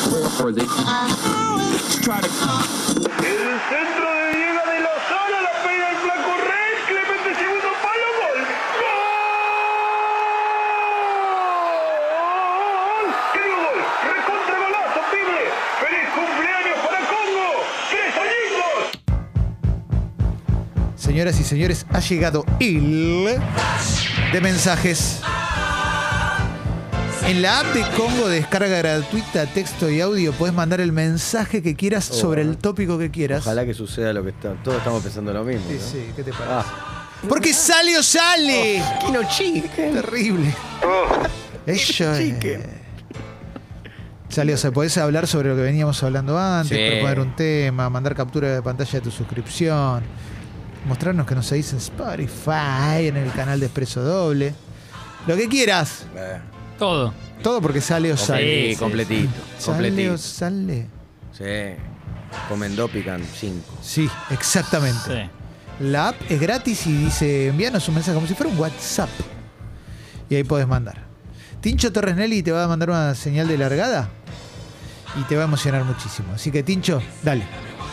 centro de Diego de Lozano, la pega el flaco Rey, Clemente segundo palo, gol. ¡Gol! ¡Qué gol! ¡Recontra golazo, pibe! ¡Feliz cumpleaños para Congo! ¡3 añitos! Señoras y señores, ha llegado el de mensajes. En la app de Congo, descarga gratuita, texto y audio, puedes mandar el mensaje que quieras sobre el tópico que quieras. Ojalá que suceda lo que está. Todos estamos pensando lo mismo. Sí, ¿no? sí, ¿qué te parece? Porque sale o sale. Kino Chicken. Terrible. Eso sale o sale. Podés hablar sobre lo que veníamos hablando antes, Sí. proponer un tema, mandar captura de pantalla de tu suscripción, mostrarnos que nos seguís en Spotify, en el canal de Expreso Doble. Lo que quieras. Todo. Todo porque sale o sale. Sí, completito. ¿Sale Completito. o sale? Sí. Comendó pican 5. Sí, exactamente. Sí. La app es gratis y dice, envíanos un mensaje como si fuera un WhatsApp. Y ahí podés mandar. Tincho Torres Nelly te va a mandar una señal de largada y te va a emocionar muchísimo. Así que, Tincho, dale.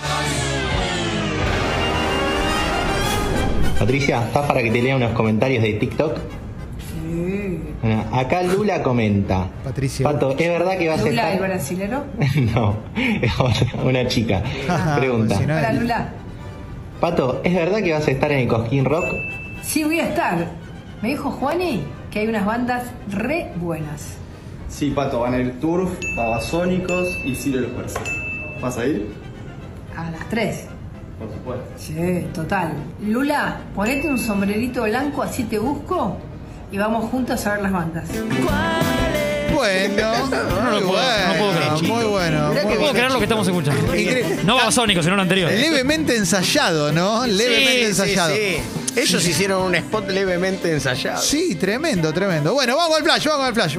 Patricia, ¿estás para que te lea unos comentarios de TikTok? Bueno, acá Lula comenta. Patricia. Pato, ¿es verdad que vas a Lula, el estar...? brasilero. No, es una chica. Pregunta. Si no es- Hola, Lula. Pato, ¿es verdad que vas a estar en el Cosquín Rock? Sí, voy a estar. Me dijo Juani que hay unas bandas re buenas. Sí, Pato, van a ir Turf, Babasónicos y Ciro los Persas. ¿Vas a ir? A las 3. Por supuesto. Sí, total. Lula, ponete un sombrerito blanco, así te busco. Y vamos juntos a ver las bandas. Bueno, muy puedo creer, chico. muy bueno. No puedo creer lo que estamos escuchando. Increíble. No Babasónicos, sino lo anterior. Levemente ensayado, ¿no? Levemente ensayado. Sí. Ellos hicieron un spot levemente ensayado. Sí, tremendo, tremendo. Bueno, vamos al flash.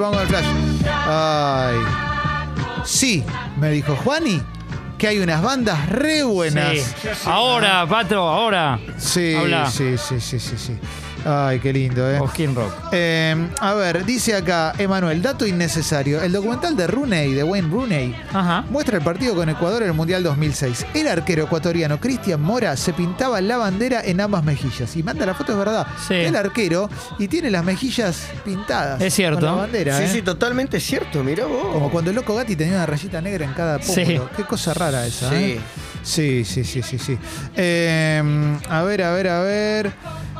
Ay. Sí, me dijo Juani que hay unas bandas re buenas. Sí. Ahora, Pato, ahora. Sí, Habla. sí. Ay, qué lindo, ¿eh? Cosquín Rock. A ver, dice acá Emanuel, dato innecesario. El documental de Rooney, de Wayne Rooney, Ajá. muestra el partido con Ecuador en el Mundial 2006. El arquero ecuatoriano Cristian Mora se pintaba la bandera en ambas mejillas. Y manda la foto, es verdad. Sí. El arquero y tiene las mejillas pintadas. Es cierto. Con la bandera, Sí, ¿eh? sí, totalmente cierto, mirá vos. Como cuando el Loco Gatti tenía una rayita negra en cada pómulo. Sí. Qué cosa rara esa, Sí. ¿eh? Sí. A ver.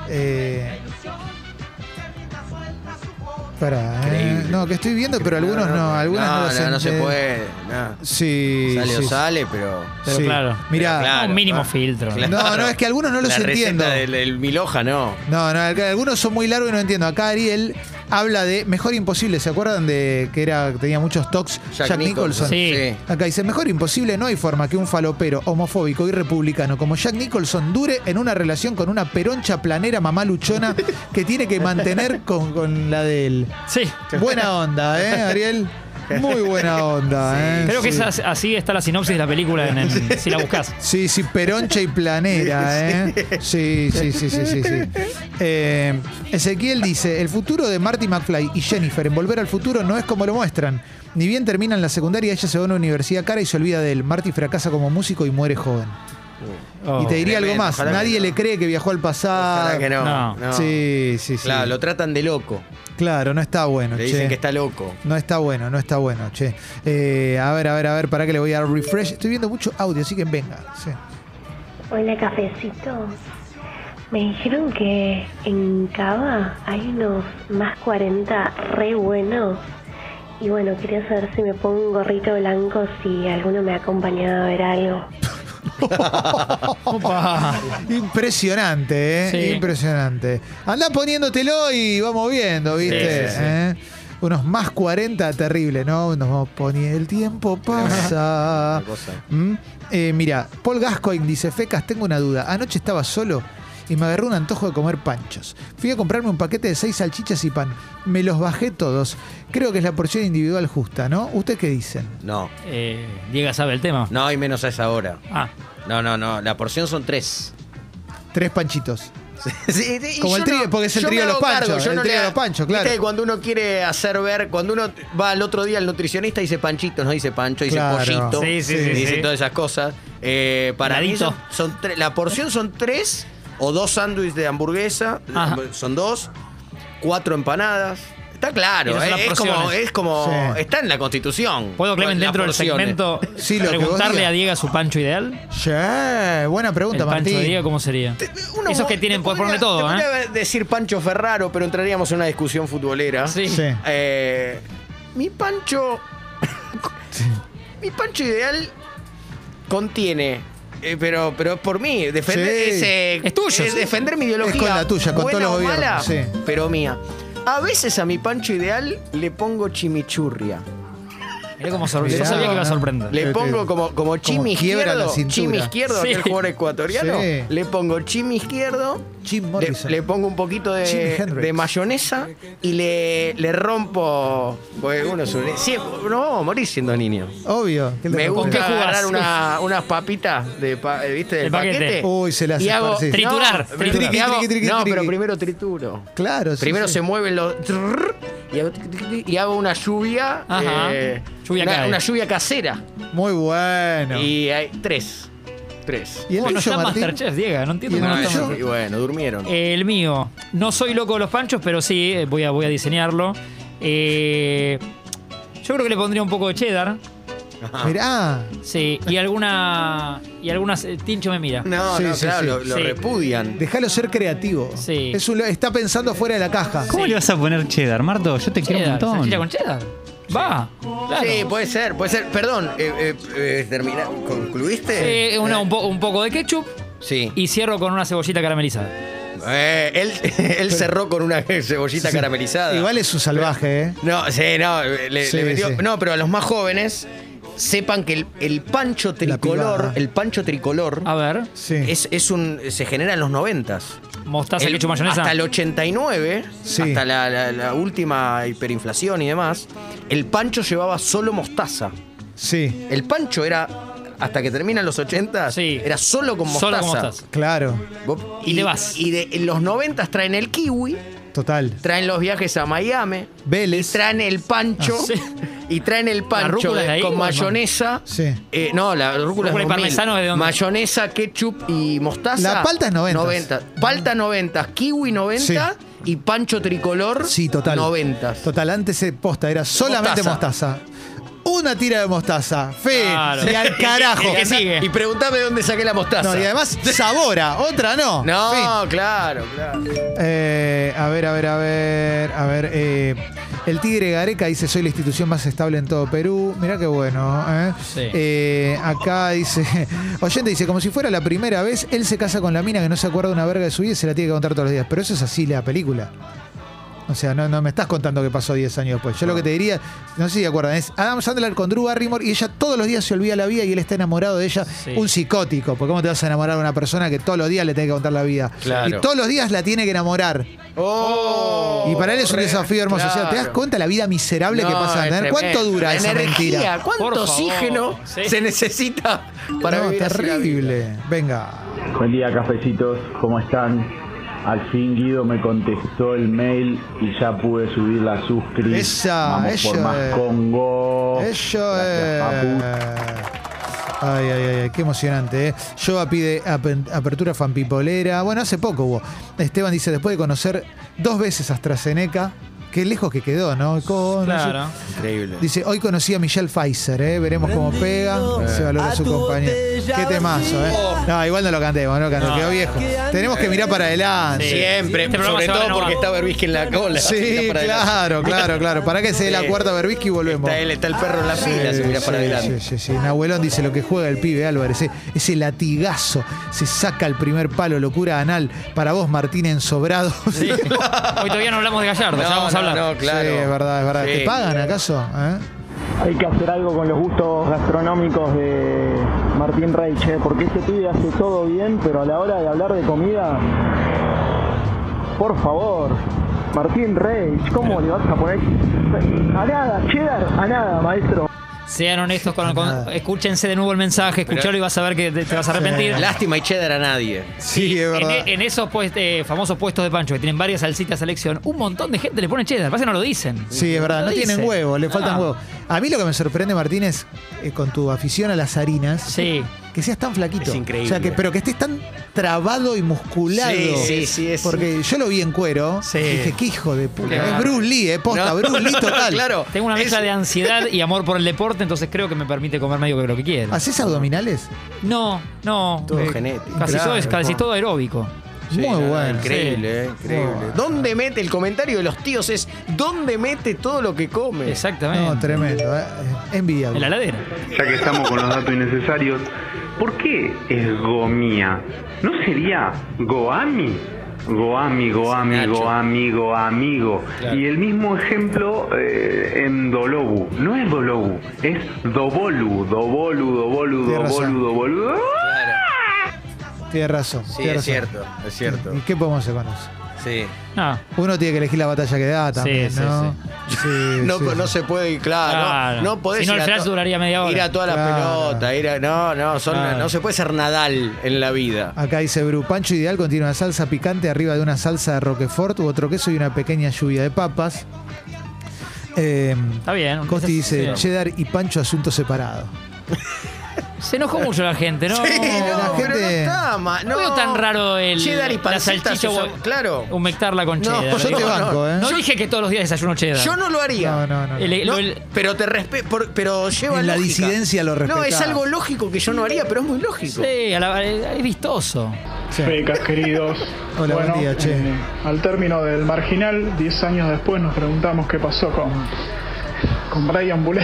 Pará, Increíble. No, que estoy viendo, pero algunos no. Algunos no, los no se entiendo. puede. No. Sí. Sale o sí. sale, pero. Pero Sí. claro. Mirá. Pero claro, un mínimo claro. filtro. Claro. No, es que algunos no los La receta entiendo. del Miloja, no. No, algunos son muy largos y no entiendo. Acá Ariel habla de Mejor Imposible. ¿Se acuerdan de que tenía muchos talks? Jack Nicholson. Sí. Acá dice, Mejor Imposible, no hay forma que un falopero homofóbico y republicano como Jack Nicholson dure en una relación con una peroncha planera mamá luchona que tiene que mantener con la de él. Sí. Buena onda, Ariel? Muy buena onda, Creo que Sí. así está la sinopsis de la película si la buscas. Sí, peroncha y planera, Sí. Ezequiel dice, el futuro de Marty McFly y Jennifer en Volver al Futuro no es como lo muestran. Ni bien terminan la secundaria, ella se va a una universidad cara y se olvida de él. Marty fracasa como músico y muere joven. Oh. Y te diría tremendo, algo más, ojalá nadie que no. le cree que viajó al pasado. Ojalá que no. No. Sí. Claro, lo tratan de loco. Claro, no está bueno, Le che. dicen que está loco. No está bueno, che. A ver, para que le voy a dar refresh. Estoy viendo mucho audio, así que venga. Sí. Hola, cafecito. Me dijeron que en Cava hay unos más 40 re buenos. Y bueno, quería saber si me pongo un gorrito blanco, si alguno me ha acompañado a ver algo. Opa. Impresionante, Sí. Impresionante. Andá poniéndotelo y vamos viendo, ¿viste? Sí. Unos más 40, terrible, ¿no? Nos vamos poniendo. El tiempo pasa. Una cosa. Mira, Paul Gascoigne dice, Fecas, tengo una duda. Anoche estaba solo y me agarró un antojo de comer panchos. Fui a comprarme un paquete de 6 salchichas y pan. Me los bajé todos. Creo que es la porción individual justa, ¿no? ¿Ustedes qué dicen? No. Diego sabe el tema. No, y menos a esa hora. Ah, No. La porción son 3. 3 panchitos. Sí, sí, y Como el yo trío, porque es el yo trío me de los hago cargo, panchos, yo el no trío le- de los panchos, claro. Viste que cuando uno quiere hacer ver, cuando uno va al otro día al nutricionista dice panchito, no dice pancho, dice Claro. pollito, Sí, sí, sí, dice sí. todas esas cosas. Para mí Heladito. la porción son 3 o 2 sándwiches de hamburguesa, Ajá. son 2, 4 empanadas. Está claro, Esas son las es como Sí. está en la Constitución. ¿Puedo, Clemen, las dentro del porciones. segmento Sí, lo que vos preguntarle digas. a Diego su pancho ideal? Sí, buena pregunta, El pancho Martín. de Diego, ¿cómo sería? Uno Esos que te tienen, puedes podría- ponerle todo, te ¿eh? podría decir Pancho Ferraro, pero entraríamos en una discusión futbolera. Sí. Sí. Mi pancho. Mi pancho ideal contiene. Pero es por mí. Defender, Sí. Es tuyo, sí. defender mi ideología. Es con la tuya, con buena todos los o gobiernos, mala, sí. pero mía. A veces a mi pancho ideal le pongo chimichurria. Mirá cómo sorprende. Yo Mirá, sabía que iba a no. sorprender. Le Te- pongo como chimi quiebra la izquierdo. cintura. Chimi izquierdo, Sí. aquel jugador ecuatoriano. Sí. Le pongo chimi izquierdo. Jim Le, Morrison. le pongo un poquito Jimi de Hendrix. mayonesa y le rompo. Porque uno no vamos a morir siendo niños. Obvio. ¿Qué le Me responde? gusta qué jugás? agarrar unas papitas ¿viste? Del El paquete. Uy, se la hace y hago, esparcir. Triturar, No, triturar. y hago- Triqui, triqui, no, triqui. pero primero trituro. Claro, sí, Primero sí. se mueven los. Y hago una lluvia. Ajá. Lluvia cae. una lluvia casera. Muy bueno. Y hay 3. ¿Y el Bueno, tuyo, está Martín? Masterchef, Diego. No entiendo ¿Y el cómo no está tuyo? Masterchef. Y bueno, durmieron. El mío. No soy loco de los panchos, pero sí, voy a diseñarlo. Yo creo que le pondría un poco de cheddar. Mirá. Sí, y algunas. Tincho me mira. No, Sí, no, sí, claro, sí. lo Sí. repudian. Déjalo ser creativo. Sí. Está pensando fuera de la caja. ¿Cómo le vas a poner cheddar, Marto? Yo te quiero un Cheddar, montón. salchicha con cheddar. Va. Claro. Sí, puede ser. Perdón, ¿concluiste? Un poco de ketchup Sí. y cierro con una cebollita caramelizada. Él cerró con una cebollita Sí. caramelizada. Igual es un salvaje, ¿eh? No, sí, no, le Sí, metió. sí. No, pero a los más jóvenes sepan que el pancho pibada. tricolor, A ver. Sí. se genera en los 90s. Mostaza, ketchup, mayonesa. Hasta el 89, Sí. hasta la última hiperinflación y demás, el pancho llevaba solo mostaza. Sí, El pancho era, hasta que terminan los 80, Sí. era solo con mostaza. Solo con mostaza. claro. Y te vas. Y en los 90 traen el kiwi, Total. traen los viajes a Miami, Vélez. y traen el pancho, Ah, sí. y traen el pancho rúcula es de ahí, con o mayonesa. Sí. No, la rúcula es Rúcula y 2000. parmesano es de dónde? Mayonesa, ketchup y mostaza. La palta es 90. 90. Palta 90, kiwi 90 y pancho tricolor Sí, total. 90. Total, antes posta era solamente mostaza. Una tira de mostaza. Fe. Claro. Y al carajo. El que sigue. Y preguntame dónde saqué la mostaza. No, y además sabora, otra no. No, Fin. claro. A ver. El Tigre Gareca dice: soy la institución más estable en todo Perú. Mirá qué bueno. Sí. Acá dice: oyente dice, como si fuera la primera vez, él se casa con la mina que no se acuerda de una verga de su vida y se la tiene que contar todos los días. Pero eso es así la película. O sea, no me estás contando que pasó 10 años después. Yo lo que te diría, no sé si te acuerdan, es Adam Sandler con Drew Barrymore y ella todos los días se olvida la vida y él está enamorado de ella. Sí. Un psicótico. Porque ¿cómo te vas a enamorar de una persona que todos los días le tiene que contar la vida? Claro. Y todos los días la tiene que enamorar. Oh, Y para él es un desafío hermoso. O sea, ¿te das cuenta la vida miserable que No, pasa a es tener? ¿Cuánto tremendo. dura La esa energía, mentira? Por ¿Cuánto favor. oxígeno Sí. se necesita para No, vivir así la vida? terrible. Venga. Buen día, cafecitos, ¿cómo están? Al fin Guido me contestó el mail y ya pude subir la suscri. Vamos por más Congo. Eso es. Gracias, Papu. Ay, qué emocionante, ¿eh? Yoba pide apertura fanpipolera. Bueno, hace poco hubo. Esteban dice, después de conocer 2 veces AstraZeneca, qué lejos que quedó, ¿no? Claro. Increíble. Dice, hoy conocí a Michelle Pfizer, ¿eh? Veremos cómo pega. Se valora su compañía. Qué temazo, ¿eh? No, igual no lo cantemos, quedó viejo. Tenemos que mirar para adelante. Sí. Siempre, Este programa sobre se va a todo renovar. porque está Berbisky en la cola. Sí, Mira para adelante. claro. Para que se dé la Sí. cuarta Berbisky y volvemos. Está el perro en la fila, se mira para adelante. Sí. Nahuelón dice lo que juega el pibe Álvarez. Ese latigazo se saca el primer palo, locura anal. Para vos, Martín Ensobrado. Sí. Hoy todavía no hablamos de Gallardo, ya vamos a hablar. No, claro. Sí, es verdad. Sí. ¿Te pagan acaso? Hay que hacer algo con los gustos gastronómicos de Martín Reich, porque este pibe hace todo bien, pero a la hora de hablar de comida, por favor, Martín Reich, ¿cómo le vas a poner a nada, cheddar, a nada, maestro? Sean honestos escúchense de nuevo el mensaje, escuchalo y vas a ver que te vas a arrepentir. Lástima y cheddar a nadie. Sí, es verdad. En esos famosos puestos de pancho que tienen varias salsitas a elección, un montón de gente le pone cheddar, pasa que no lo dicen. Sí, es verdad, no tienen dicen. huevo, le faltan huevos. A mí lo que me sorprende, Martínez, con tu afición a las harinas, Sí. que seas tan flaquito. Es increíble. O sea, pero que estés tan trabado y musculado. Sí. Porque yo lo vi en cuero. Sí. Y dije, qué hijo de puta. Claro. Es Bruce Lee, posta, Bruce Lee total. Claro. Tengo una mezcla de ansiedad y amor por el deporte, entonces creo que me permite comer medio que lo que quiero. ¿Haces abdominales? No. Todo genético. Casi Claro, todo aeróbico. Muy bueno. Increíble, increíble. Muy bueno. ¿Dónde mete el comentario de los tíos? Es ¿dónde mete todo lo que come? Exactamente. No, tremendo. Envidiable. En la heladera. Ya que estamos con los datos innecesarios, ¿por qué es Gomía? ¿No sería Goami? Amigo. Claro. Y el mismo ejemplo en Dolobu. No es Dolobu, es Dobolu. Tienes razón. Dobolu. Tienes razón. Sí, tienes es razón. cierto. ¿Y qué podemos hacer con eso? Sí. No. Uno tiene que elegir la batalla que da también, Sí, ¿no? Sí, No, sí, no sí. se puede, claro. No podés Si no, ir el a flash duraría media hora. ir a toda la Claro. pelota. Claro. No se puede ser Nadal en la vida. Acá dice Bru, Pancho ideal contiene una salsa picante arriba de una salsa de Roquefort u otro queso y una pequeña lluvia de papas. Está bien. Costi dice, Sí. cheddar y Pancho asunto separado. Se enojó mucho la gente, ¿no? Sí, la pero no gente- está mal. No veo tan raro Cheddar y la panceta salchicha se usan- claro. humectarla con No, cheddar. yo te Digo, banco, ¿eh? No dije que todos los días desayuno cheddar. Yo no lo haría. No. No, pero te respeto, pero lleva En la lógica. disidencia lo No, respetás. es algo lógico que yo no haría, pero es muy lógico. Sí, es vistoso. Sí. Fecas, queridos. Hola, buen día, che. Al término del Marginal, 10 años después, nos preguntamos qué pasó con Brian Buley.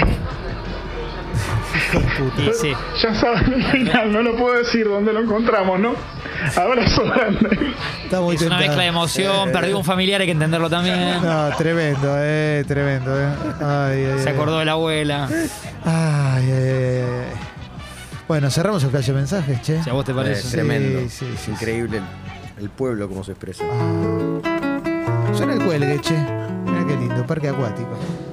Y sí. Ya saben el final, no lo puedo decir dónde lo encontramos, ¿no? Abrazo grande. Está muy Es una tentado. mezcla de emoción, perdió un familiar, hay que entenderlo también. No, tremendo, tremendo, Ay, Se acordó de la abuela. Ay. Bueno, cerramos el flash de mensajes, che. Si a vos te parece. Tremendo. Sí. Es increíble el pueblo cómo se expresa. Suena el cuelgue, che. Mira qué lindo, parque acuático.